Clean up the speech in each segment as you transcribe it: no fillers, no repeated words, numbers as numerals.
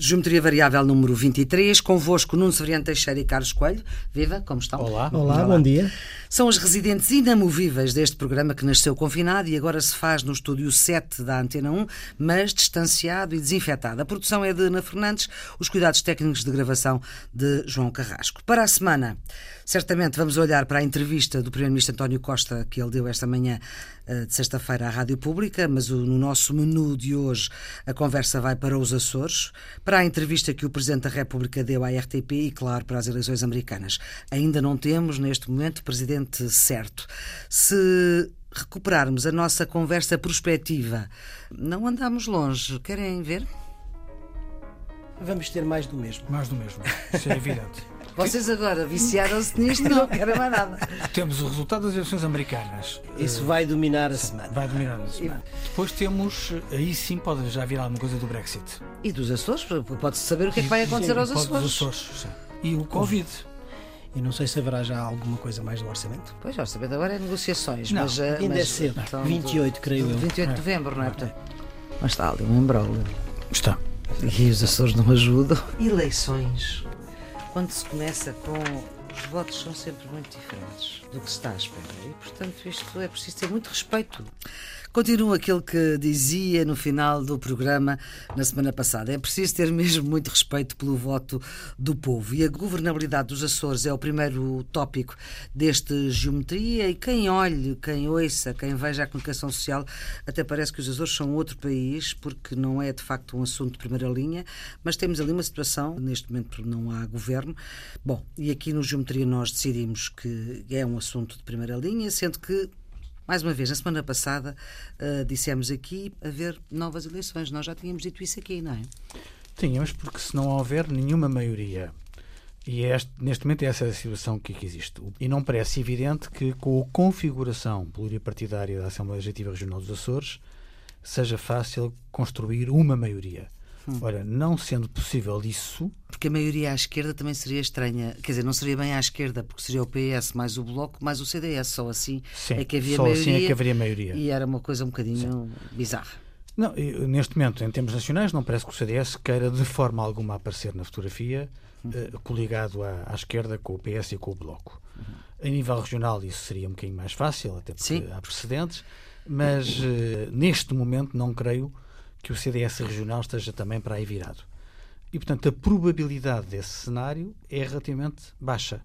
Geometria Variável número 23, convosco Nuno Severiano Teixeira e Carlos Coelho. Viva, como estão? Olá, bom dia. São os residentes inamovíveis deste programa que nasceu confinado e agora se faz no estúdio 7 da Antena 1, mas distanciado e desinfetado. A produção é de Ana Fernandes, os cuidados técnicos de gravação de João Carrasco. Para a semana, certamente vamos olhar para a entrevista do Primeiro-Ministro António Costa que ele deu esta manhã de sexta-feira à Rádio Pública, mas no nosso menu de hoje a conversa vai para os Açores, para a entrevista que o Presidente da República deu à RTP e, claro, para as eleições americanas. Ainda não temos, neste momento, Presidente certo. Se recuperarmos a nossa conversa prospectiva, não andamos longe. Querem ver? Vamos ter mais do mesmo. Mais do mesmo, isso é evidente. Vocês agora viciaram-se nisto e não querem mais nada. Temos o resultado das eleições americanas. Isso vai dominar a semana. Vai dominar a semana. Depois temos, aí sim pode já vir alguma coisa do Brexit. E dos Açores, pode-se saber o que é que vai acontecer aos Açores. Sim. E o Covid. E não sei se haverá já alguma coisa mais do orçamento. Pois, o orçamento agora é negociações. Não, mas, ainda é cedo. 28, creio eu. 28 de novembro, não é? Mas está ali um imbróglio. Está. E os Açores não ajudam. Eleições. Quando se começa com... Os votos são sempre muito diferentes do que se está à espera. E, portanto, isto é preciso ter muito respeito. Continua aquilo que dizia no final do programa na semana passada. É preciso ter mesmo muito respeito pelo voto do povo. E a governabilidade dos Açores é o primeiro tópico deste Geometria. E quem olhe, quem ouça, quem veja a comunicação social, até parece que os Açores são outro país, porque não é de facto um assunto de primeira linha, mas temos ali uma situação, neste momento não há governo. Bom, e aqui no Geometria nós decidimos que é um assunto de primeira linha, sendo que mais uma vez, na semana passada, dissemos aqui haver novas eleições. Nós já tínhamos dito isso aqui, não é? Tínhamos, porque se não houver nenhuma maioria, e neste momento essa é a situação que existe, e não parece evidente que com a configuração pluripartidária da Assembleia Legislativa Regional dos Açores seja fácil construir uma maioria. Ora, não sendo possível isso... Porque a maioria à esquerda também seria estranha. Quer dizer, não seria bem à esquerda, porque seria o PS mais o Bloco mais o CDS. Só assim é que havia maioria. Só assim é que haveria maioria. E era uma coisa um bocadinho bizarra. Não, neste momento, em termos nacionais, não parece que o CDS queira de forma alguma aparecer na fotografia coligado à esquerda com o PS e com o Bloco. A nível regional isso seria um bocadinho mais fácil, até porque há precedentes, mas neste momento não creio que o CDS regional esteja também para aí virado. E, portanto, a probabilidade desse cenário é relativamente baixa.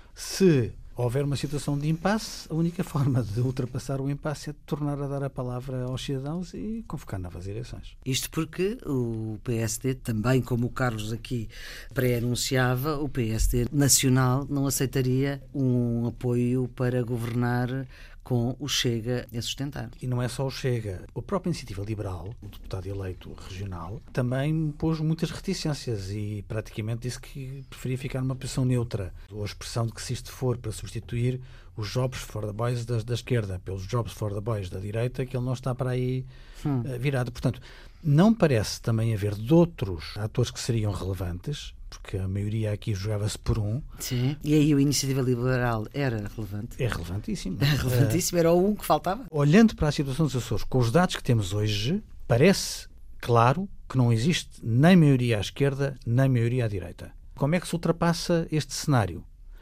Se houver uma situação de impasse, a única forma de ultrapassar o impasse é de tornar a dar a palavra aos cidadãos e convocar novas eleições. Isto porque o PSD, também como o Carlos aqui pré-anunciava, o PSD nacional não aceitaria um apoio para governar com o Chega a sustentar. E não é só o Chega. A própria Iniciativa Liberal, o deputado eleito regional, também pôs muitas reticências e praticamente disse que preferia ficar numa posição neutra. A expressão de que se isto for para substituir os Jobs for the Boys da esquerda pelos Jobs for the Boys da direita, que ele não está para aí virado. Portanto, não parece também haver de outros atores que seriam relevantes, porque a maioria aqui jogava-se por um. Sim. E aí a Iniciativa Liberal era relevante? É relevantíssimo. É relevantíssimo, era o um que faltava? Olhando para a situação dos Açores, com os dados que temos hoje, parece claro que não existe nem maioria à esquerda, nem maioria à direita. Como é que se ultrapassa este cenário?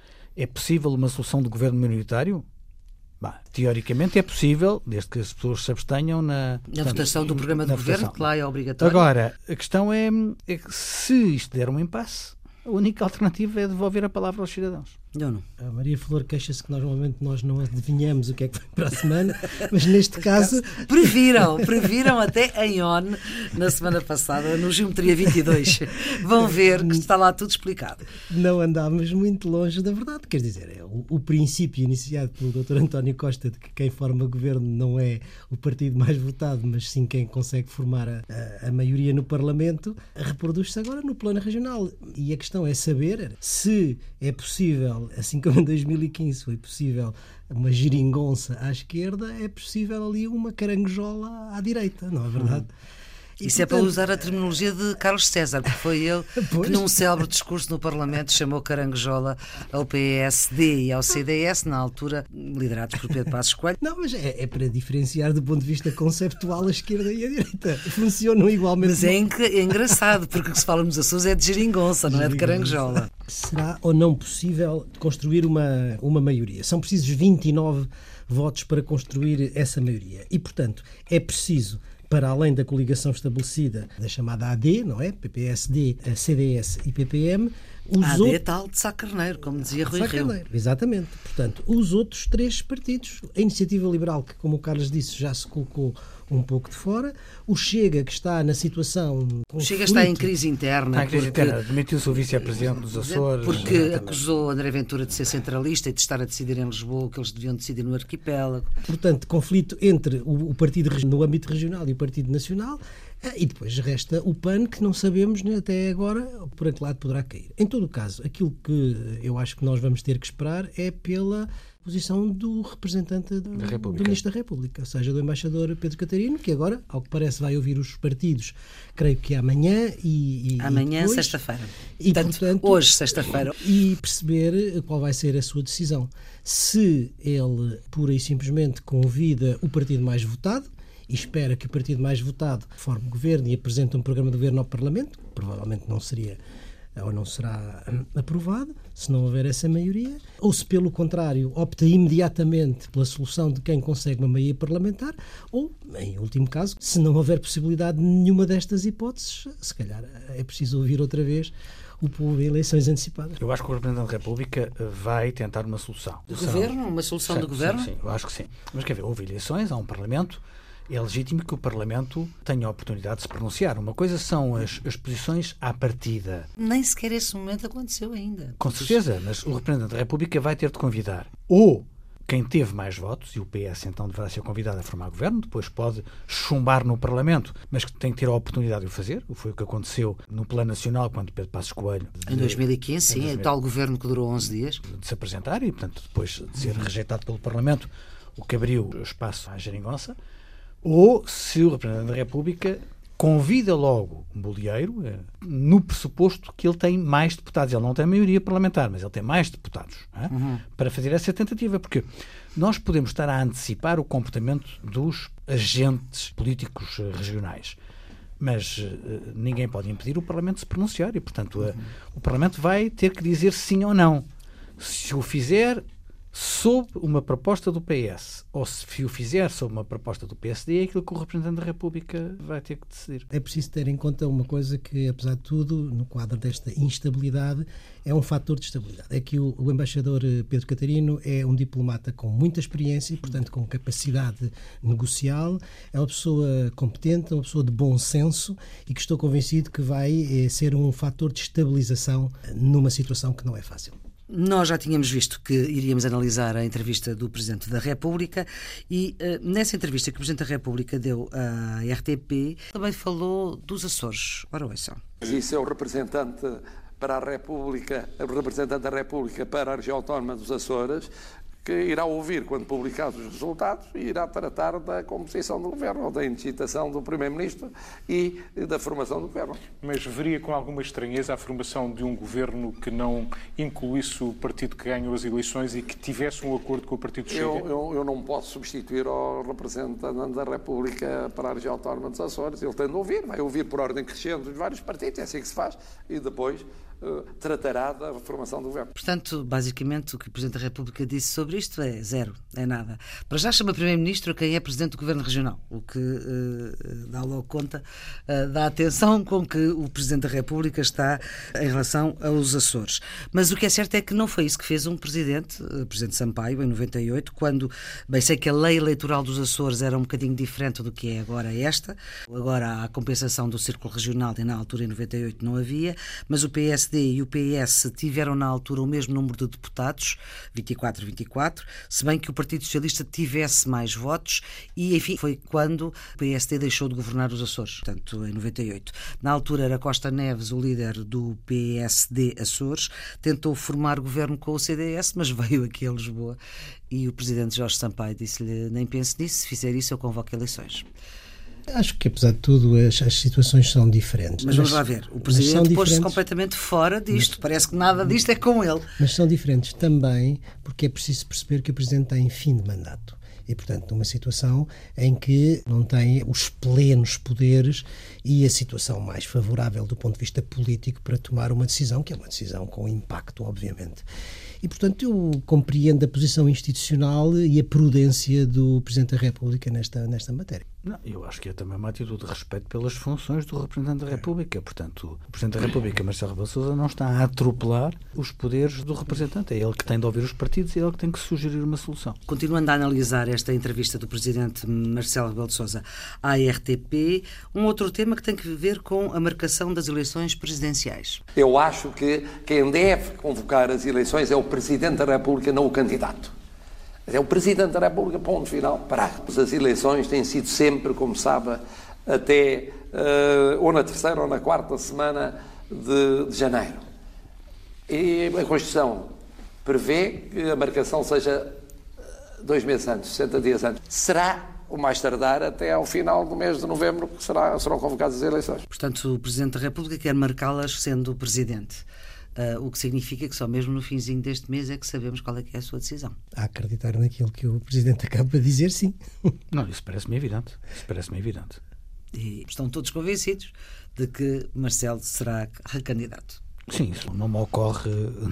É possível uma solução de governo minoritário? Teoricamente é possível, desde que as pessoas se abstenham na votação do programa de governo, que lá é obrigatório. Agora, a questão é que se isto der um impasse, a única alternativa é devolver a palavra aos cidadãos. Não. A Maria Flor queixa-se que normalmente nós não adivinhamos o que é que vem para a semana, mas neste caso... Previram até em ON na semana passada, no Geometria 22. Vão ver que está lá tudo explicado. Não andámos muito longe da verdade. Quer dizer, o princípio iniciado pelo Dr. António Costa de que quem forma governo não é o partido mais votado, mas sim quem consegue formar a maioria no Parlamento, reproduz-se agora no plano regional. E a questão é saber se é possível, assim como em 2015 foi possível uma geringonça à esquerda, é possível ali uma caranguejola à direita, não é verdade? Isso é para usar a terminologia de Carlos César, porque foi ele que num célebre discurso no Parlamento chamou caranguejola ao PSD e ao CDS, na altura liderados por Pedro Passos Coelho. Não, mas é para diferenciar do ponto de vista conceptual a esquerda e a direita. Funcionam igualmente. Mas é engraçado, porque se fala nos Açores é de geringonça, não é de caranguejola. Será ou não possível construir uma maioria? São precisos 29 votos para construir essa maioria. E, portanto, é preciso, para além da coligação estabelecida, da chamada AD, não é? PPSD, CDS e PPM, AD tal de Sá Carneiro, como dizia Rui Rio. Exatamente. Portanto, os outros 3 partidos, a Iniciativa Liberal, que, como o Carlos disse, já se colocou um pouco de fora, o Chega, que está na situação... O Chega está em crise interna. Demitiu-se o vice-presidente dos Açores. Porque acusou André Ventura de ser centralista e de estar a decidir em Lisboa o que eles deviam decidir no arquipélago. Portanto, conflito entre o partido no âmbito regional e o partido nacional, e depois resta o PAN, que não sabemos até agora por que lado poderá cair. Em todo o caso, aquilo que eu acho que nós vamos ter que esperar é pela posição do representante do Ministro da República, ou seja, do embaixador Pedro Catarino, que agora, ao que parece, vai ouvir os partidos, creio que amanhã e amanhã, depois, sexta-feira. Portanto, hoje, sexta-feira. E perceber qual vai ser a sua decisão. Se ele, pura e simplesmente, convida o partido mais votado, e espera que o partido mais votado forme governo e apresente um programa de governo ao Parlamento, que provavelmente não seria ou não será aprovado, se não houver essa maioria, ou se, pelo contrário, opta imediatamente pela solução de quem consegue uma maioria parlamentar, ou, em último caso, se não houver possibilidade de nenhuma destas hipóteses, se calhar é preciso ouvir outra vez o povo em eleições antecipadas. Eu acho que o Representante da República vai tentar uma solução. De governo? Uma solução de governo? Sim, eu acho que sim. Mas quer ver, houve eleições, há um Parlamento. É legítimo que o Parlamento tenha a oportunidade de se pronunciar. Uma coisa são as posições à partida. Nem sequer esse momento aconteceu ainda. Com certeza, mas o Representante da República vai ter de convidar ou quem teve mais votos, e o PS então deverá ser convidado a formar governo, depois pode chumbar no Parlamento, mas que tem que ter a oportunidade de o fazer. Foi o que aconteceu no Plano Nacional, quando Pedro Passos Coelho... Em 2015, sim, o tal governo que durou 11 dias. De se apresentar e, portanto, depois de ser rejeitado pelo Parlamento, o que abriu espaço à geringonça. Ou se o Representante da República convida logo um bolieiro, no pressuposto que ele tem mais deputados. Ele não tem maioria parlamentar, mas ele tem mais deputados, para fazer essa tentativa. Porque nós podemos estar a antecipar o comportamento dos agentes políticos regionais, mas ninguém pode impedir o Parlamento de se pronunciar e, portanto, o Parlamento vai ter que dizer sim ou não. Se o fizer sob uma proposta do PS, ou se o fizer sob uma proposta do PSD, é aquilo que o Representante da República vai ter que decidir. É preciso ter em conta uma coisa que, apesar de tudo, no quadro desta instabilidade, é um fator de estabilidade. É que o embaixador Pedro Catarino é um diplomata com muita experiência e, portanto, com capacidade negocial, é uma pessoa competente, uma pessoa de bom senso e que estou convencido que vai ser um fator de estabilização numa situação que não é fácil. Nós já tínhamos visto que iríamos analisar a entrevista do Presidente da República e nessa entrevista que o Presidente da República deu à RTP também falou dos Açores. Ora, ouçam. Isso é o representante para a República, o representante da República para a região autónoma dos Açores, que irá ouvir quando publicados os resultados e irá tratar da composição do governo, ou da incitação do Primeiro-Ministro e da formação do governo. Mas veria com alguma estranheza a formação de um governo que não incluísse o partido que ganhou as eleições e que tivesse um acordo com o partido Chega? Eu não posso substituir ao representante da República para a região autónoma dos Açores. Ele tem de ouvir, vai ouvir por ordem crescente dos vários partidos, é assim que se faz, e depois tratará da formação do governo. Portanto, basicamente, o que o Presidente da República disse sobre isto é zero, é nada. Para já chama Primeiro-Ministro a quem é Presidente do Governo Regional, o que dá logo conta da atenção com que o Presidente da República está em relação aos Açores. Mas o que é certo é que não foi isso que fez um Presidente, o Presidente Sampaio, em 98, quando, bem sei que a lei eleitoral dos Açores era um bocadinho diferente do que é agora esta, agora há a compensação do Círculo Regional e na altura em 98 não havia, mas o PSD e o PS tiveram na altura o mesmo número de deputados, 24, se bem que o Partido Socialista tivesse mais votos e, enfim, foi quando o PSD deixou de governar os Açores, portanto, em 98. Na altura era Costa Neves, o líder do PSD Açores, tentou formar governo com o CDS, mas veio aqui a Lisboa e o Presidente Jorge Sampaio disse-lhe, nem pense nisso, se fizer isso eu convoco eleições. Acho que, apesar de tudo, as situações são diferentes. Mas vamos lá ver. O Presidente pôs-se completamente fora disto. Parece que nada disto é com ele. Mas são diferentes também porque é preciso perceber que o Presidente está em fim de mandato. E, portanto, numa situação em que não tem os plenos poderes e a situação mais favorável do ponto de vista político para tomar uma decisão, que é uma decisão com impacto, obviamente. E, portanto, eu compreendo a posição institucional e a prudência do Presidente da República nesta matéria. Não, eu acho que é também uma atitude de respeito pelas funções do representante da República. Portanto, o Presidente da República, Marcelo Rebelo de Sousa, não está a atropelar os poderes do representante. É ele que tem de ouvir os partidos e é ele que tem que sugerir uma solução. Continuando a analisar esta entrevista do Presidente Marcelo Rebelo de Sousa à RTP, um outro tema que tem que ver com a marcação das eleições presidenciais. Eu acho que quem deve convocar as eleições é o Presidente da República, não o candidato. É o Presidente da República, ponto final, parágrafo. As eleições têm sido sempre, como sabe, até ou na terceira ou na quarta semana de janeiro. E a Constituição prevê que a marcação seja 2 meses antes, 60 dias antes. Será o mais tardar até ao final do mês de novembro que serão convocadas as eleições. Portanto, o Presidente da República quer marcá-las sendo Presidente. O que significa que só mesmo no finzinho deste mês é que sabemos qual é que é a sua decisão. A acreditar naquilo que o Presidente acaba de dizer, sim. Não, isso parece-me evidente. E estão todos convencidos de que Marcelo será recandidato. Sim, isso não me ocorre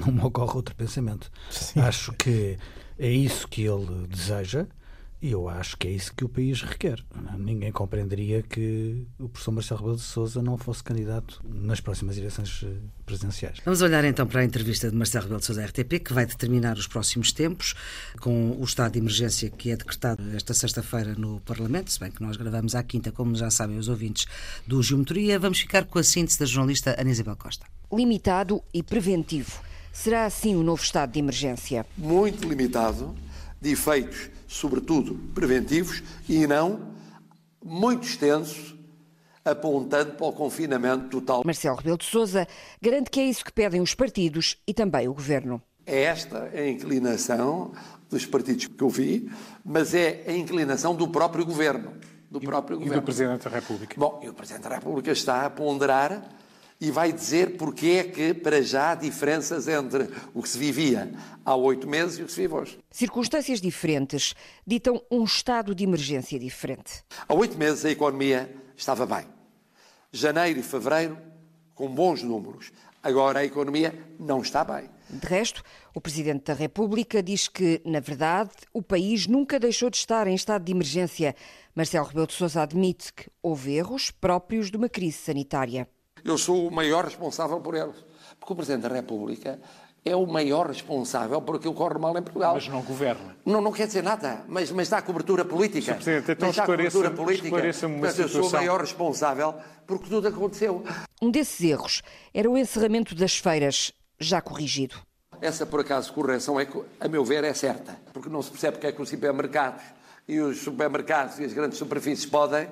outro pensamento. Sim. Acho que é isso que ele deseja e eu acho que é isso que o país requer. Ninguém compreenderia que o professor Marcelo Rebelo de Sousa não fosse candidato nas próximas eleições presidenciais. Vamos olhar então para a entrevista de Marcelo Rebelo de Sousa à RTP, que vai determinar os próximos tempos, com o estado de emergência que é decretado esta sexta-feira no Parlamento, se bem que nós gravamos à quinta, como já sabem os ouvintes do Geometria. Vamos ficar com a síntese da jornalista Ana Isabel Costa. Limitado e preventivo. Será assim o novo estado de emergência? Muito limitado, de efeitos sobretudo preventivos, e não muito extenso, apontando para o confinamento total. Marcelo Rebelo de Sousa garante que é isso que pedem os partidos e também o Governo. É esta a inclinação dos partidos que eu vi, mas é a inclinação do próprio Governo. E do Presidente da República? Bom, e o Presidente da República está a ponderar e vai dizer porque é que, para já, há diferenças entre o que se vivia há 8 meses e o que se vive hoje. Circunstâncias diferentes ditam um estado de emergência diferente. Há 8 meses a economia estava bem. Janeiro e fevereiro, com bons números. Agora a economia não está bem. De resto, o Presidente da República diz que, na verdade, o país nunca deixou de estar em estado de emergência. Marcelo Rebelo de Sousa admite que houve erros próprios de uma crise sanitária. Eu sou o maior responsável por eles. Porque o Presidente da República é o maior responsável por aquilo que corre mal em Portugal. Mas não governa. Não quer dizer nada, mas dá a cobertura política. Sr. Presidente, então esclareça-me uma situação. Eu sou o maior responsável porque tudo aconteceu. Um desses erros era o encerramento das feiras, já corrigido. Essa, por acaso, correção, a meu ver, é certa. Porque não se percebe porque é que os hipermercados e os supermercados e as grandes superfícies podem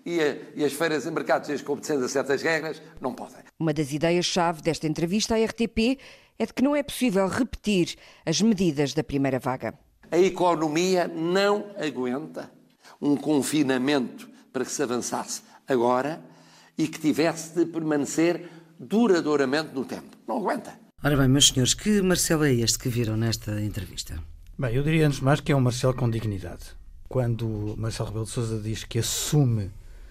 e as feiras e mercados, desde que obedecendo a certas regras, não podem. Uma das ideias-chave desta entrevista à RTP é de que não é possível repetir as medidas da primeira vaga. A economia não aguenta um confinamento para que se avançasse agora e que tivesse de permanecer duradouramente no tempo. Não aguenta. Ora bem, meus senhores, que Marcelo é este que viram nesta entrevista? Bem, eu diria antes de mais que é um Marcelo com dignidade. Quando Marcelo Rebelo de Sousa diz que assume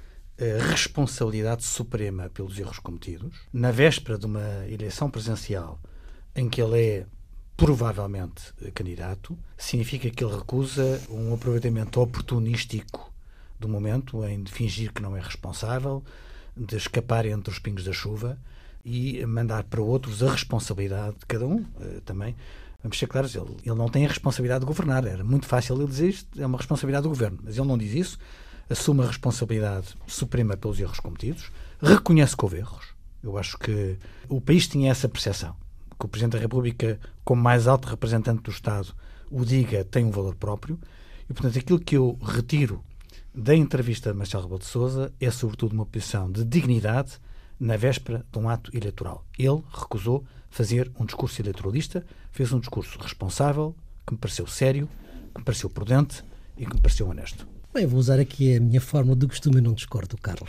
a responsabilidade suprema pelos erros cometidos, na véspera de uma eleição presidencial em que ele é provavelmente candidato, significa que ele recusa um aproveitamento oportunístico do momento em fingir que não é responsável, de escapar entre os pingos da chuva e mandar para outros a responsabilidade de cada um também. Vamos ser claros, ele não tem a responsabilidade de governar. Era muito fácil ele dizer isto, é uma responsabilidade do governo, mas ele não diz isso. Assume a responsabilidade suprema pelos erros cometidos, reconhece que houve erros. Eu acho que o país tinha essa percepção, que o Presidente da República, como mais alto representante do Estado, o diga, tem um valor próprio, e, portanto, aquilo que eu retiro da entrevista de Marcelo Rebelo de Sousa é, sobretudo, uma posição de dignidade na véspera de um ato eleitoral. Ele recusou fazer um discurso eleitoralista, fez um discurso responsável, que me pareceu sério, que me pareceu prudente e que me pareceu honesto. Bem, vou usar aqui a minha fórmula do costume, eu não discordo, Carlos.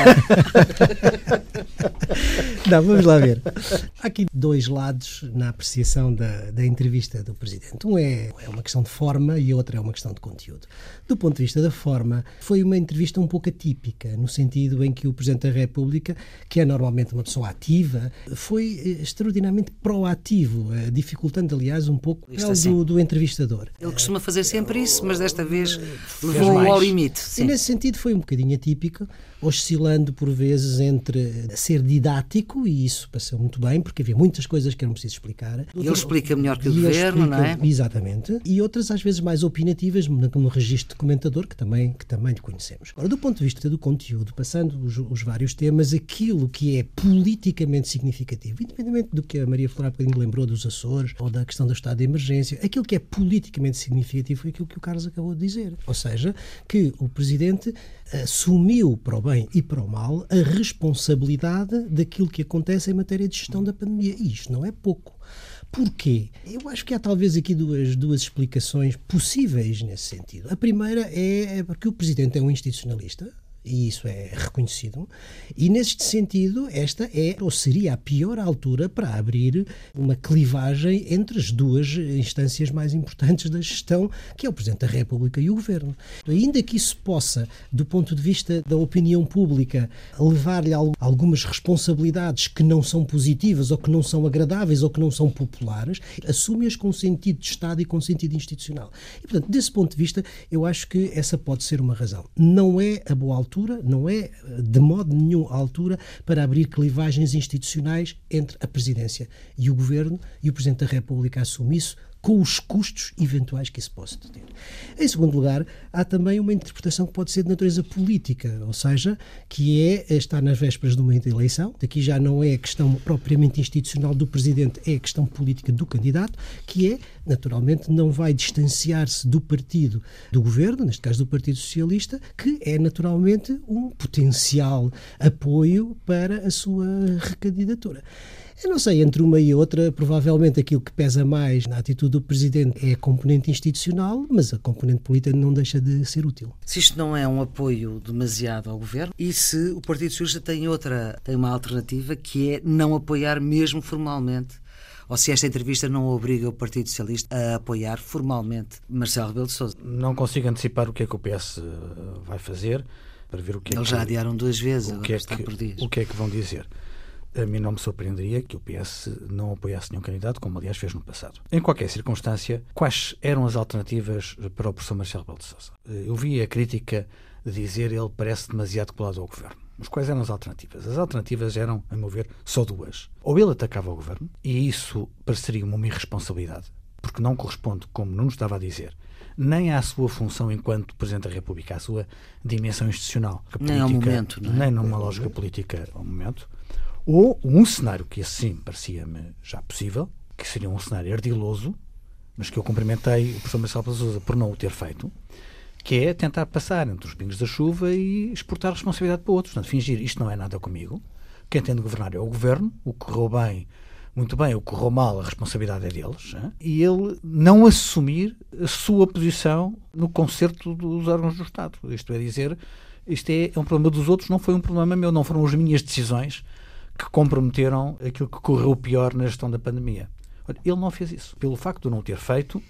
Não, vamos lá ver. Há aqui dois lados na apreciação da entrevista do Presidente. Um é uma questão de forma e a outra é uma questão de conteúdo. Do ponto de vista da forma, foi uma entrevista um pouco atípica, no sentido em que o Presidente da República, que é normalmente uma pessoa ativa, foi extraordinariamente proativo, dificultando, aliás, um pouco o papel do entrevistador. Ele costuma fazer sempre isso, mas desta vez levou ao limite. Sim. E nesse sentido foi um bocadinho atípico, oscilando por vezes entre ser didático, e isso passou muito bem, porque havia muitas coisas que eram preciso explicar. Ele explica melhor que o governo, não é? Exatamente. E outras às vezes mais opinativas, no registro de comentador, que também lhe conhecemos. Agora, do ponto de vista do conteúdo, passando os vários temas, aquilo que é politicamente significativo, independentemente do que a Maria Flor há bocadinho lembrou dos Açores, ou da questão do estado de emergência, aquilo que é politicamente significativo foi aquilo que o Carlos acabou de dizer. Ou seja, que o Presidente assumiu, para o bem e para o mal, a responsabilidade daquilo que acontece em matéria de gestão da pandemia. E isto não é pouco. Porquê? Eu acho que há talvez aqui duas explicações possíveis nesse sentido. A primeira é porque o Presidente é um institucionalista, e isso é reconhecido, e neste sentido esta é ou seria a pior altura para abrir uma clivagem entre as duas instâncias mais importantes da gestão, que é o Presidente da República e o Governo. Ainda que isso possa, do ponto de vista da opinião pública, levar-lhe algumas responsabilidades que não são positivas, ou que não são agradáveis, ou que não são populares, assume-as com sentido de Estado e com sentido institucional. E, portanto, desse ponto de vista, eu acho que essa pode ser uma razão. Não é a boa altura, não é de modo nenhum a altura para abrir clivagens institucionais entre a Presidência e o Governo, e o Presidente da República assume isso com os custos eventuais que isso possa ter. Em segundo lugar, há também uma interpretação que pode ser de natureza política, ou seja, que é estar nas vésperas de uma eleição. Daqui já não é a questão propriamente institucional do Presidente, é a questão política do candidato, que é, naturalmente, não vai distanciar-se do partido do Governo, neste caso do Partido Socialista, que é, naturalmente, um potencial apoio para a sua recandidatura. Eu não sei, entre uma e outra, provavelmente aquilo que pesa mais na atitude do Presidente é a componente institucional, mas a componente política não deixa de ser útil. Se isto não é um apoio demasiado ao Governo, e se o Partido Socialista tem uma alternativa, que é não apoiar mesmo formalmente, ou se esta entrevista não obriga o Partido Socialista a apoiar formalmente Marcelo Rebelo de Sousa? Não consigo antecipar o que é que o PS vai fazer, para ver o que é que... Eles já adiaram 2 vezes, agora está por dias. O que é que vão dizer? A mim não me surpreenderia que o PS não apoiasse nenhum candidato, como aliás fez no passado. Em qualquer circunstância, quais eram as alternativas para o professor Marcelo Rebelo de Sousa? Eu vi a crítica de dizer ele parece demasiado colado ao Governo. Mas quais eram as alternativas? As alternativas eram, a meu ver, só duas. Ou ele atacava o Governo, e isso pareceria uma irresponsabilidade, porque não corresponde, como não nos estava a dizer, nem à sua função enquanto Presidente da República, à sua dimensão institucional. Nem ao momento, não é? Nem numa lógica política ao momento. Ou um cenário que assim parecia-me já possível, que seria um cenário ardiloso, mas que eu cumprimentei o professor Marcelo Rebelo de Sousa por não o ter feito, que é tentar passar entre os pingos da chuva e exportar a responsabilidade para outros. Portanto, fingir isto não é nada comigo, quem tem de governar é o Governo, o que correu bem, muito bem, o que correu mal, a responsabilidade é deles, hein? E ele não assumir a sua posição no concerto dos órgãos do Estado. Isto é dizer, isto é um problema dos outros, não foi um problema meu, não foram as minhas decisões que comprometeram aquilo que correu pior na gestão da pandemia. Olha, ele não fez isso. Pelo facto de não ter feito,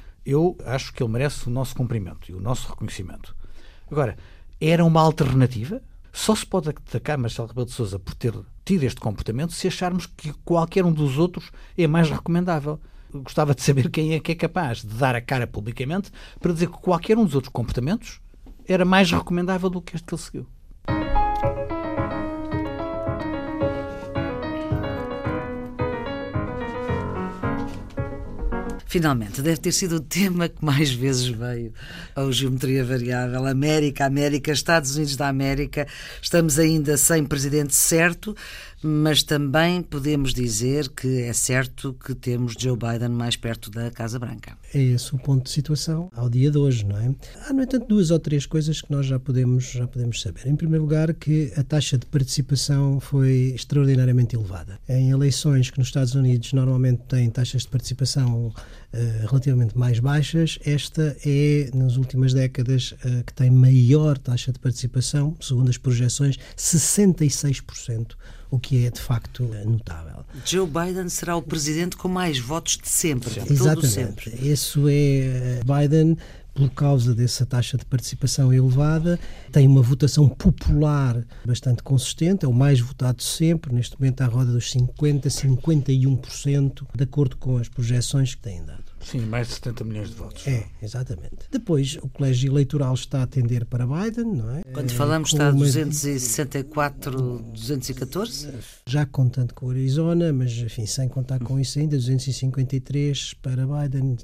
eu acho que ele merece o nosso cumprimento e o nosso reconhecimento. Agora, era uma alternativa? Só se pode atacar Marcelo Rebelo de Sousa por ter tido este comportamento se acharmos que qualquer um dos outros é mais recomendável. Eu gostava de saber quem é que é capaz de dar a cara publicamente para dizer que qualquer um dos outros comportamentos era mais recomendável do que este que ele seguiu. Finalmente, deve ter sido o tema que mais vezes veio ao Geometria Variável. América, Estados Unidos da América. Estamos ainda sem presidente certo, Mas também podemos dizer que é certo que temos Joe Biden mais perto da Casa Branca. É esse o ponto de situação ao dia de hoje, não é? Há, no entanto, 2 ou 3 coisas que nós já podemos saber. Em primeiro lugar, que a taxa de participação foi extraordinariamente elevada. Em eleições que nos Estados Unidos normalmente têm taxas de participação relativamente mais baixas, esta é, nas últimas décadas, que tem maior taxa de participação, segundo as projeções, 66%, o que é, de facto, notável. Joe Biden será o presidente com mais votos de sempre, de Exatamente. todo sempre. Isso é Biden, por causa dessa taxa de participação elevada, tem uma votação popular bastante consistente, é o mais votado sempre, neste momento à roda dos 50%, 51%, de acordo com as projeções que têm dado. Sim, mais de 70 milhões de votos. É, exatamente. Depois, o colégio eleitoral está a tender para Biden, não é? Quando falamos está a 264, 214? Já contando com o Arizona, mas enfim, sem contar com isso ainda, 253 para Biden,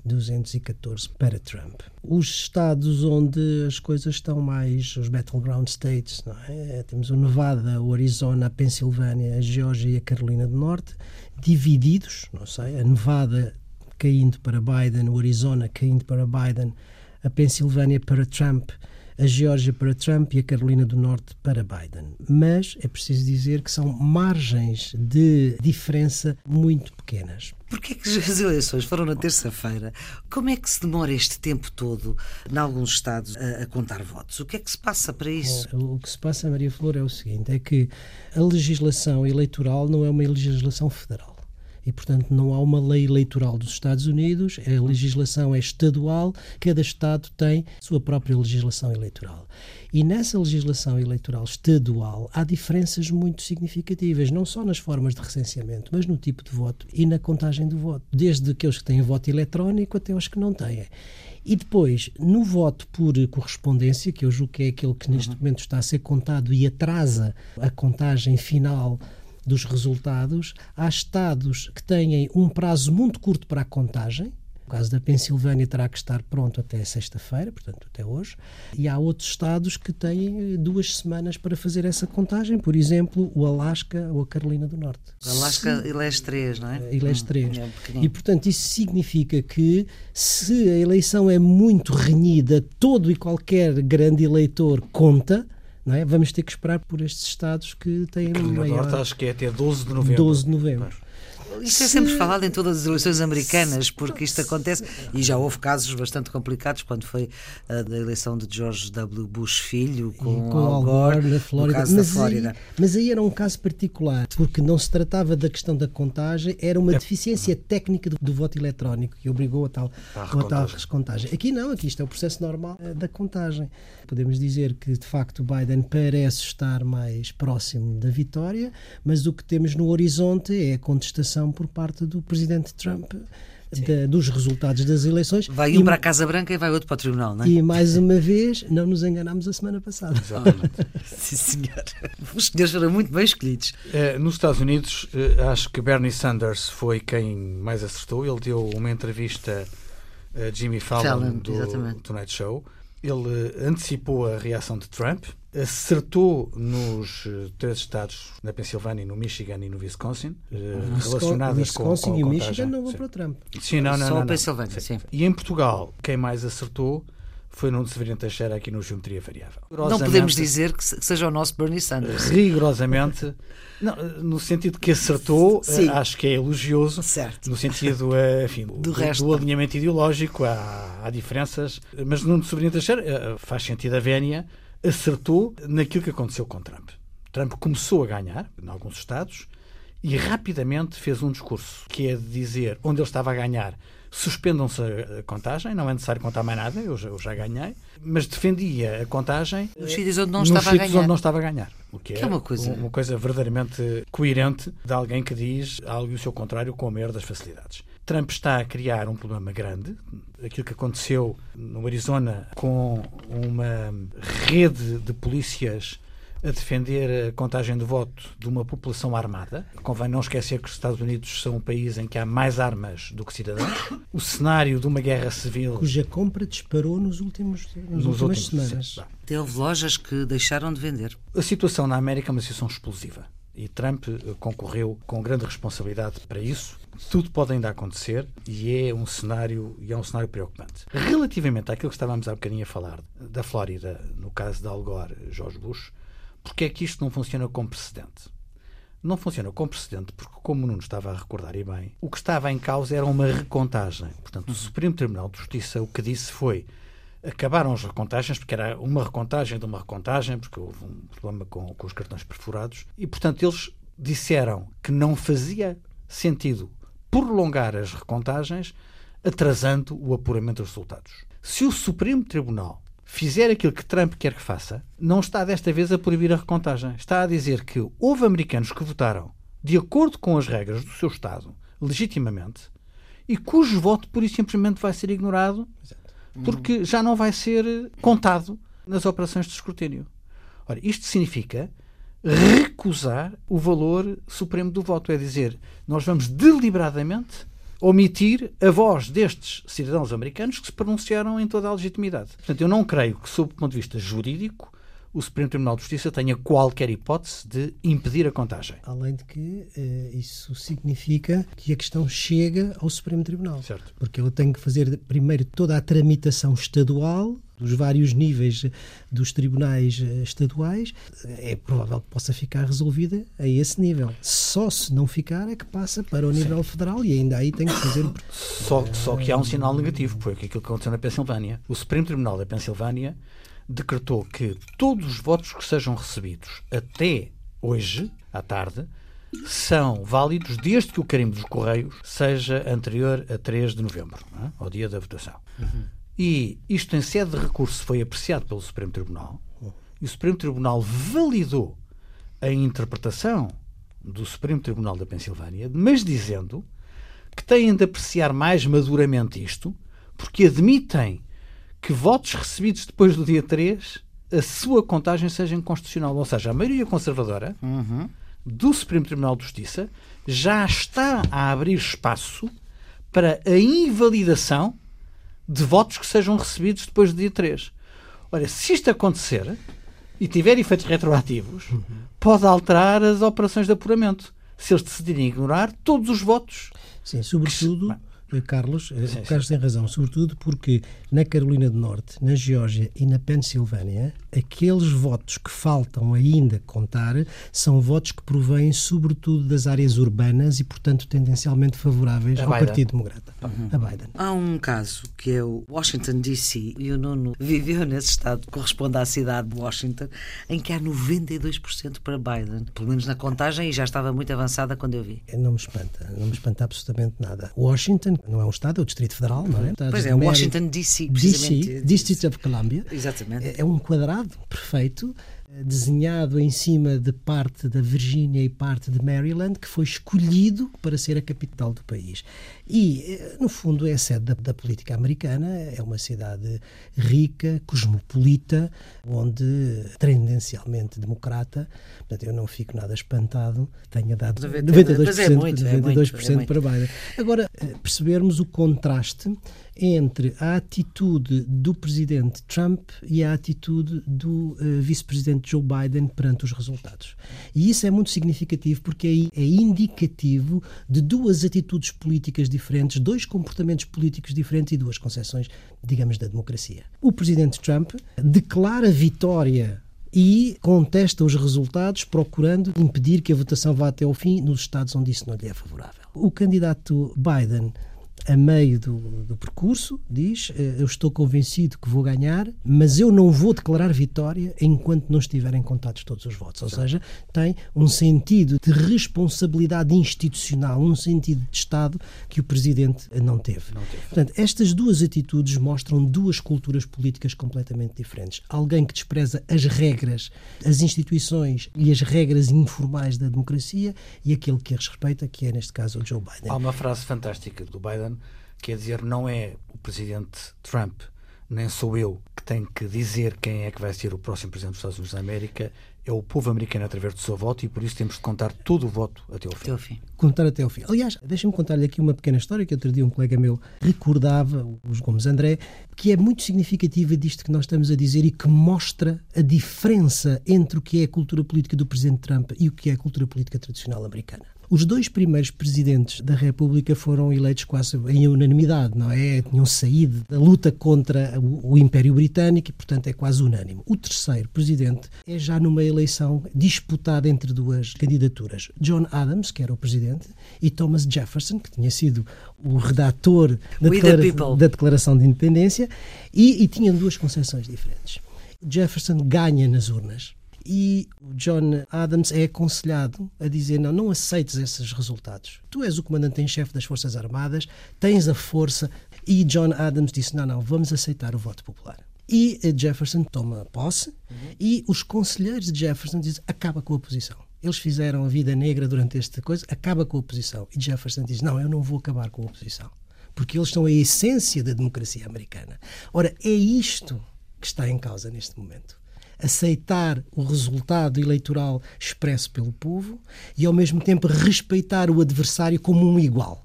214 para Trump. Os estados onde as coisas estão mais, os battleground states, não é? Temos o Nevada, o Arizona, a Pensilvânia, a Geórgia e a Carolina do Norte, divididos, não sei, a Nevada caindo para Biden, o Arizona caindo para Biden, a Pensilvânia para Trump, a Geórgia para Trump e a Carolina do Norte para Biden. Mas é preciso dizer que são margens de diferença muito pequenas. Porquê que as eleições foram na terça-feira? Como é que se demora este tempo todo, em alguns estados, a contar votos? O que é que se passa para isso? O que se passa, Maria Flor, é o seguinte, é que a legislação eleitoral não é uma legislação federal. E, portanto, não há uma lei eleitoral dos Estados Unidos, a legislação é estadual, cada Estado tem a sua própria legislação eleitoral. E nessa legislação eleitoral estadual há diferenças muito significativas, não só nas formas de recenseamento, mas no tipo de voto e na contagem do voto, desde aqueles que têm voto eletrónico até os que não têm. E depois, no voto por correspondência, que eu julgo que é aquele que neste momento está a ser contado e atrasa a contagem final dos resultados, há estados que têm um prazo muito curto para a contagem. O caso da Pensilvânia terá que estar pronto até sexta-feira, portanto até hoje, e há outros estados que têm 2 semanas para fazer essa contagem, por exemplo, o Alasca ou a Carolina do Norte. O Alasca elege 3, não é? Elege 3. E, portanto, isso significa que se a eleição é muito renhida, todo e qualquer grande eleitor conta, não é? Vamos ter que esperar por estes estados que têm Carolina do Norte, acho que é até 12 de novembro. 12 de novembro. Isto é sempre falado em todas as eleições americanas, porque isto acontece, e já houve casos bastante complicados, quando foi a da eleição de George W. Bush filho, com Al Gore, na Flórida. caso da Flórida. Mas aí era um caso particular, porque não se tratava da questão da contagem, era uma deficiência técnica do voto eletrónico que obrigou a tal recontagem. Aqui não, aqui isto é o processo normal da contagem. Podemos dizer que, de facto, Biden parece estar mais próximo da vitória, mas o que temos no horizonte é a contestação por parte do presidente Trump dos resultados das eleições. Vai um para a Casa Branca e vai outro para o Tribunal, não é? E, mais uma vez, não nos enganámos a semana passada. Sim, senhor. Os senhores foram muito bem escolhidos. Nos Estados Unidos, acho que Bernie Sanders foi quem mais acertou. Ele deu uma entrevista a Jimmy Fallon do Tonight Show. Ele antecipou a reação de Trump, acertou nos 3 estados, na Pensilvânia, no Michigan e no Wisconsin, relacionadas com a contagem. E o Michigan não vão para o Trump. Sim, não. Só a Pensilvânia, sim. E em Portugal, quem mais acertou foi Nuno Severino Teixeira aqui no Geometria Variável. Não podemos dizer que seja o nosso Bernie Sanders. Rigorosamente, não, no sentido que acertou, acho que é elogioso. Certo. No sentido enfim, do alinhamento ideológico, há diferenças, mas Nuno Severino Teixeira faz sentido a vénia, acertou naquilo que aconteceu com Trump. Trump começou a ganhar, em alguns estados, e rapidamente fez um discurso, que é de dizer, onde ele estava a ganhar, suspendam-se a contagem, não é necessário contar mais nada, eu já ganhei, mas defendia a contagem nos sítios onde não estava a ganhar. O que é uma coisa verdadeiramente coerente de alguém que diz algo e o seu contrário com a maior das facilidades. Trump está a criar um problema grande, aquilo que aconteceu no Arizona com uma rede de polícias a defender a contagem de voto de uma população armada. Convém não esquecer que os Estados Unidos são um país em que há mais armas do que cidadãos. O cenário de uma guerra civil... Cuja compra disparou nas últimas semanas. Até houve lojas que deixaram de vender. A situação na América é uma situação explosiva. E Trump concorreu com grande responsabilidade para isso. Tudo pode ainda acontecer e é um cenário preocupante. Relativamente àquilo que estávamos há bocadinho a falar da Flórida, no caso de Al Gore, George Bush, porque é que isto não funciona como precedente? Não funciona como precedente porque, como o Nuno estava a recordar e bem, o que estava em causa era uma recontagem. Portanto, o Supremo Tribunal de Justiça o que disse foi: acabaram as recontagens, porque era uma recontagem de uma recontagem, porque houve um problema com os cartões perfurados, e, portanto, eles disseram que não fazia sentido prolongar as recontagens, atrasando o apuramento dos resultados. Se o Supremo Tribunal fizer aquilo que Trump quer que faça, não está desta vez a proibir a recontagem. Está a dizer que houve americanos que votaram de acordo com as regras do seu Estado, legitimamente, e cujo voto, pura e simplesmente, vai ser ignorado, porque já não vai ser contado nas operações de escrutínio. Ora, isto significa recusar o valor supremo do voto. É dizer, nós vamos deliberadamente omitir a voz destes cidadãos americanos que se pronunciaram em toda a legitimidade. Portanto, eu não creio que, sob o ponto de vista jurídico, o Supremo Tribunal de Justiça tenha qualquer hipótese de impedir a contagem. Além de que isso significa que a questão chega ao Supremo Tribunal. Certo. Porque ele tem que fazer primeiro toda a tramitação estadual dos vários níveis dos tribunais estaduais. É provável que possa ficar resolvida a esse nível. Só se não ficar é que passa para o nível federal e ainda aí tem que fazer... Só que há um sinal negativo, foi aquilo que aconteceu na Pensilvânia. O Supremo Tribunal da Pensilvânia decretou que todos os votos que sejam recebidos até hoje, à tarde, são válidos desde que o carimbo dos Correios seja anterior a 3 de novembro, não é? Ao dia da votação. E isto, em sede de recurso, foi apreciado pelo Supremo Tribunal, e o Supremo Tribunal validou a interpretação do Supremo Tribunal da Pensilvânia, mas dizendo que têm de apreciar mais maduramente isto, porque admitem que votos recebidos depois do dia 3, a sua contagem seja inconstitucional. Ou seja, a maioria conservadora do Supremo Tribunal de Justiça já está a abrir espaço para a invalidação de votos que sejam recebidos depois do dia 3. Ora, se isto acontecer e tiver efeitos retroativos, pode alterar as operações de apuramento. Se eles decidirem ignorar todos os votos. Sim, sobretudo... Carlos, o Carlos tem razão, sobretudo porque na Carolina do Norte, na Geórgia e na Pensilvânia, aqueles votos que faltam ainda contar são votos que provêm sobretudo das áreas urbanas e, portanto, tendencialmente favoráveis ao Partido Democrata, a Biden. Há um caso que é o Washington DC, e o Nuno viveu nesse estado, corresponde à cidade de Washington, em que há 92% para Biden, pelo menos na contagem, e já estava muito avançada quando eu vi. Não me espanta absolutamente nada. Washington não é um estado, é o Distrito Federal, não é? Pois é, Washington DC, precisamente. District of Columbia. Exatamente. É um quadrado perfeito, desenhado em cima de parte da Virgínia e parte de Maryland, que foi escolhido para ser a capital do país. E, no fundo, é a sede da política americana, é uma cidade rica, cosmopolita, onde tendencialmente democrata. Portanto, eu não fico nada espantado, tenha dado 92% para Biden. Agora, percebermos o contraste entre a atitude do presidente Trump e a atitude do vice-presidente Joe Biden perante os resultados. E isso é muito significativo porque aí é indicativo de duas atitudes políticas diferentes, dois comportamentos políticos diferentes e duas concepções, digamos, da democracia. O presidente Trump declara vitória e contesta os resultados, procurando impedir que a votação vá até ao fim nos estados onde isso não lhe é favorável. O candidato Biden, a meio do percurso, diz: eu estou convencido que vou ganhar, mas eu não vou declarar vitória enquanto não estiverem contados todos os votos. Ou seja, tem um sentido de responsabilidade institucional, um sentido de Estado que o Presidente não teve. Portanto, estas duas atitudes mostram duas culturas políticas completamente diferentes. Alguém que despreza as regras, as instituições e as regras informais da democracia, e aquele que as respeita, que é, neste caso, o Joe Biden. Há uma frase fantástica do Biden, quer dizer, não é o presidente Trump, nem sou eu que tenho que dizer quem é que vai ser o próximo presidente dos Estados Unidos da América, é o povo americano através do seu voto, e por isso temos de contar todo o voto até ao fim. Contar até ao fim. Aliás, deixa-me contar-lhe aqui uma pequena história que outro dia um colega meu recordava, os Gomes André, que é muito significativa disto que nós estamos a dizer e que mostra a diferença entre o que é a cultura política do Presidente Trump e o que é a cultura política tradicional americana. Os 2 primeiros presidentes da República foram eleitos quase em unanimidade, não é? Tinham saído da luta contra o Império Britânico e, portanto, é quase unânime. O terceiro presidente é já numa eleição disputada entre 2 candidaturas. John Adams, que era o presidente, e Thomas Jefferson, que tinha sido o redator da Declaração de Independência, e tinham 2 concepções diferentes. Jefferson ganha nas urnas. E John Adams é aconselhado a dizer, não aceites esses resultados. Tu és o comandante em chefe das Forças Armadas, tens a força. E John Adams disse, não, vamos aceitar o voto popular. E Jefferson toma posse e os conselheiros de Jefferson dizem, acaba com a oposição. Eles fizeram a vida negra durante esta coisa, acaba com a oposição. E Jefferson diz, não, eu não vou acabar com a oposição. Porque eles são a essência da democracia americana. Ora, é isto que está em causa neste momento. Aceitar o resultado eleitoral expresso pelo povo e, ao mesmo tempo, respeitar o adversário como um igual.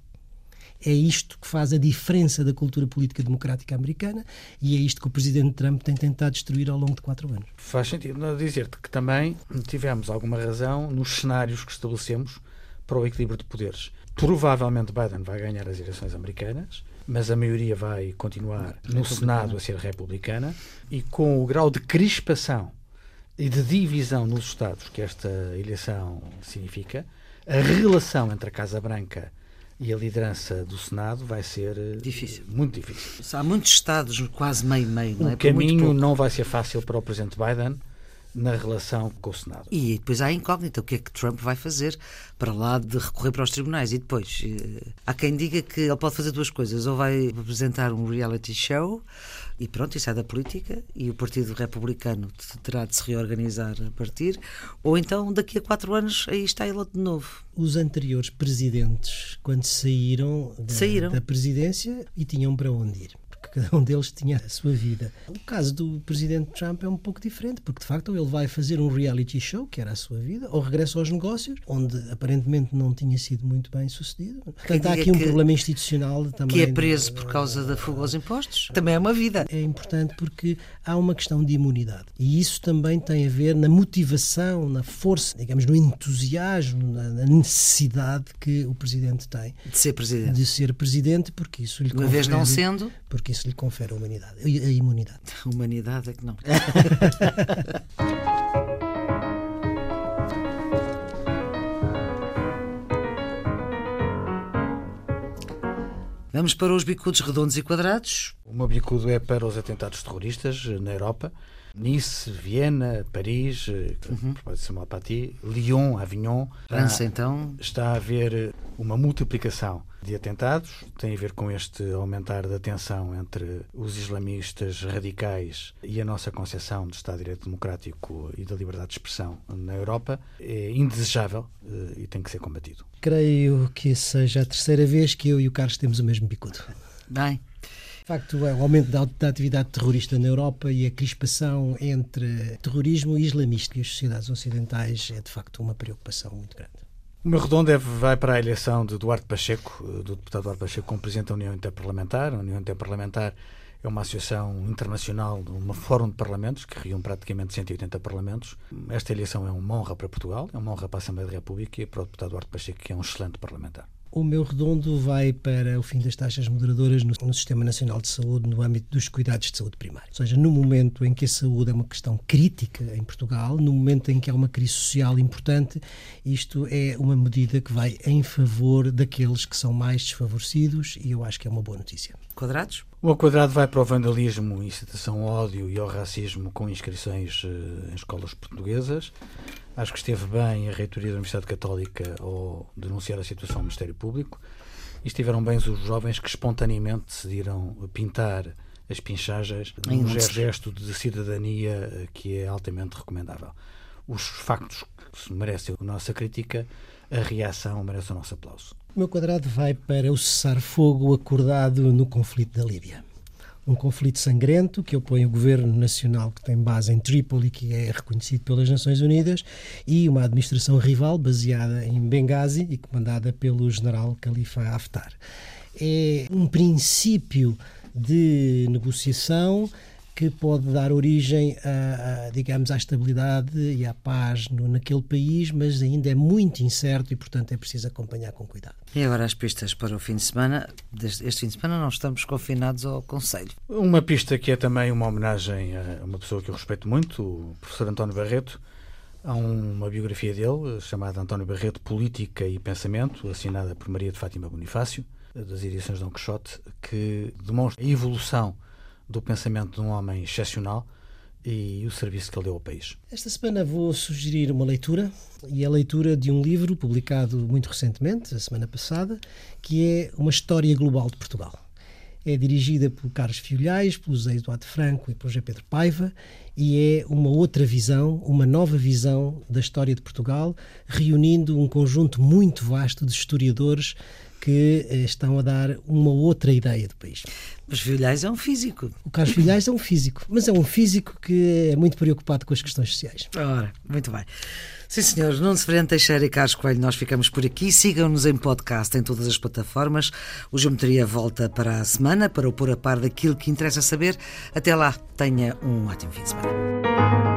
É isto que faz a diferença da cultura política democrática americana e é isto que o Presidente Trump tem tentado destruir ao longo de 4 anos. Faz sentido dizer-te que também tivemos alguma razão nos cenários que estabelecemos para o equilíbrio de poderes. Provavelmente Biden vai ganhar as eleições americanas, mas a maioria vai continuar no Senado a ser republicana e com o grau de crispação e de divisão nos Estados que esta eleição significa, a relação entre a Casa Branca e a liderança do Senado vai ser muito difícil. Há muitos Estados, quase meio-meio, não é? O caminho não vai ser fácil para o Presidente Biden na relação com o Senado. E depois há a incógnita, o que é que Trump vai fazer para lá de recorrer para os tribunais. E depois, há quem diga que ele pode fazer 2 coisas, ou vai apresentar um reality show e pronto, isso é da política e o Partido Republicano terá de se reorganizar a partir, ou então daqui a 4 anos aí está ele de novo. Os anteriores presidentes, quando saíram da presidência e tinham para onde ir. Cada um deles tinha a sua vida. O caso do Presidente Trump é um pouco diferente, porque de facto ele vai fazer um reality show, que era a sua vida, ou regressa aos negócios, onde aparentemente não tinha sido muito bem sucedido. Portanto, há aqui um problema institucional também. Que é preso por causa da fuga aos impostos. Também é uma vida. É importante porque há uma questão de imunidade. E isso também tem a ver na motivação, na força, digamos, no entusiasmo, na necessidade que o Presidente tem. De ser Presidente. De ser Presidente, porque isso lhe confere... Uma vez não sendo... Porque isso lhe confere a humanidade, a imunidade. A humanidade é que não. Vamos para os bicudos redondos e quadrados. O meu bicudo é para os atentados terroristas na Europa. Nice, Viena, Paris, pode ser mal para ti, Lyon, Avignon. França, então. Está a haver uma multiplicação de atentados. Tem a ver com este aumentar da tensão entre os islamistas radicais e a nossa concepção de Estado de Direito Democrático e da liberdade de expressão na Europa. É indesejável e tem que ser combatido. Creio que seja a 3ª vez que eu e o Carlos temos o mesmo bicudo. Bem. De facto, o aumento da atividade terrorista na Europa e a crispação entre terrorismo e islamismo e as sociedades ocidentais é, de facto, uma preocupação muito grande. O meu redondo vai para a eleição de Duarte Pacheco, do deputado Duarte Pacheco, como Presidente da União Interparlamentar. A União Interparlamentar é uma associação internacional, um fórum de parlamentos que reúne praticamente 180 parlamentos. Esta eleição é uma honra para Portugal, é uma honra para a Assembleia da República e para o deputado Duarte Pacheco, que é um excelente parlamentar. O meu redondo vai para o fim das taxas moderadoras no Sistema Nacional de Saúde no âmbito dos cuidados de saúde primária. Ou seja, no momento em que a saúde é uma questão crítica em Portugal, no momento em que há uma crise social importante, isto é uma medida que vai em favor daqueles que são mais desfavorecidos e eu acho que é uma boa notícia. Quadrados? O meu quadrado vai para o vandalismo, incitação ao ódio e ao racismo com inscrições em escolas portuguesas. Acho que esteve bem a reitoria da Universidade Católica ao denunciar a situação do Ministério Público e estiveram bem os jovens que espontaneamente decidiram pintar as pinchagens num gesto de cidadania que é altamente recomendável. Os factos que merecem a nossa crítica, a reação merece o nosso aplauso. O meu quadrado vai para o cessar-fogo acordado no conflito da Líbia. Um conflito sangrento que opõe o governo nacional que tem base em Trípoli, que é reconhecido pelas Nações Unidas, e uma administração rival baseada em Benghazi e comandada pelo general Khalifa Haftar. É um princípio de negociação que pode dar origem digamos, à estabilidade e à paz naquele país, mas ainda é muito incerto e, portanto, é preciso acompanhar com cuidado. E agora as pistas para o fim de semana. Este fim de semana não estamos confinados ao Conselho. Uma pista que é também uma homenagem a uma pessoa que eu respeito muito, o professor António Barreto. Há uma biografia dele, chamada António Barreto, Política e Pensamento, assinada por Maria de Fátima Bonifácio, das edições Dom Quixote, que demonstra a evolução do pensamento de um homem excepcional e o serviço que ele deu ao país. Esta semana vou sugerir uma leitura, e a leitura de um livro publicado muito recentemente, a semana passada, que é Uma História Global de Portugal. É dirigida por Carlos Fiolhais, pelo José Eduardo Franco e pelo José Pedro Paiva, e é uma outra visão, uma nova visão da história de Portugal, reunindo um conjunto muito vasto de historiadores que estão a dar uma outra ideia do país. Mas Fiolhais é um físico. O Carlos Fiolhais é um físico, mas é um físico que é muito preocupado com as questões sociais. Ora, muito bem. Sim, senhores, Nuno Severino Teixeira e Carlos Coelho, nós ficamos por aqui. Sigam-nos em podcast em todas as plataformas. O Geometria volta para a semana para o pôr a par daquilo que interessa saber. Até lá, tenha um ótimo fim de semana.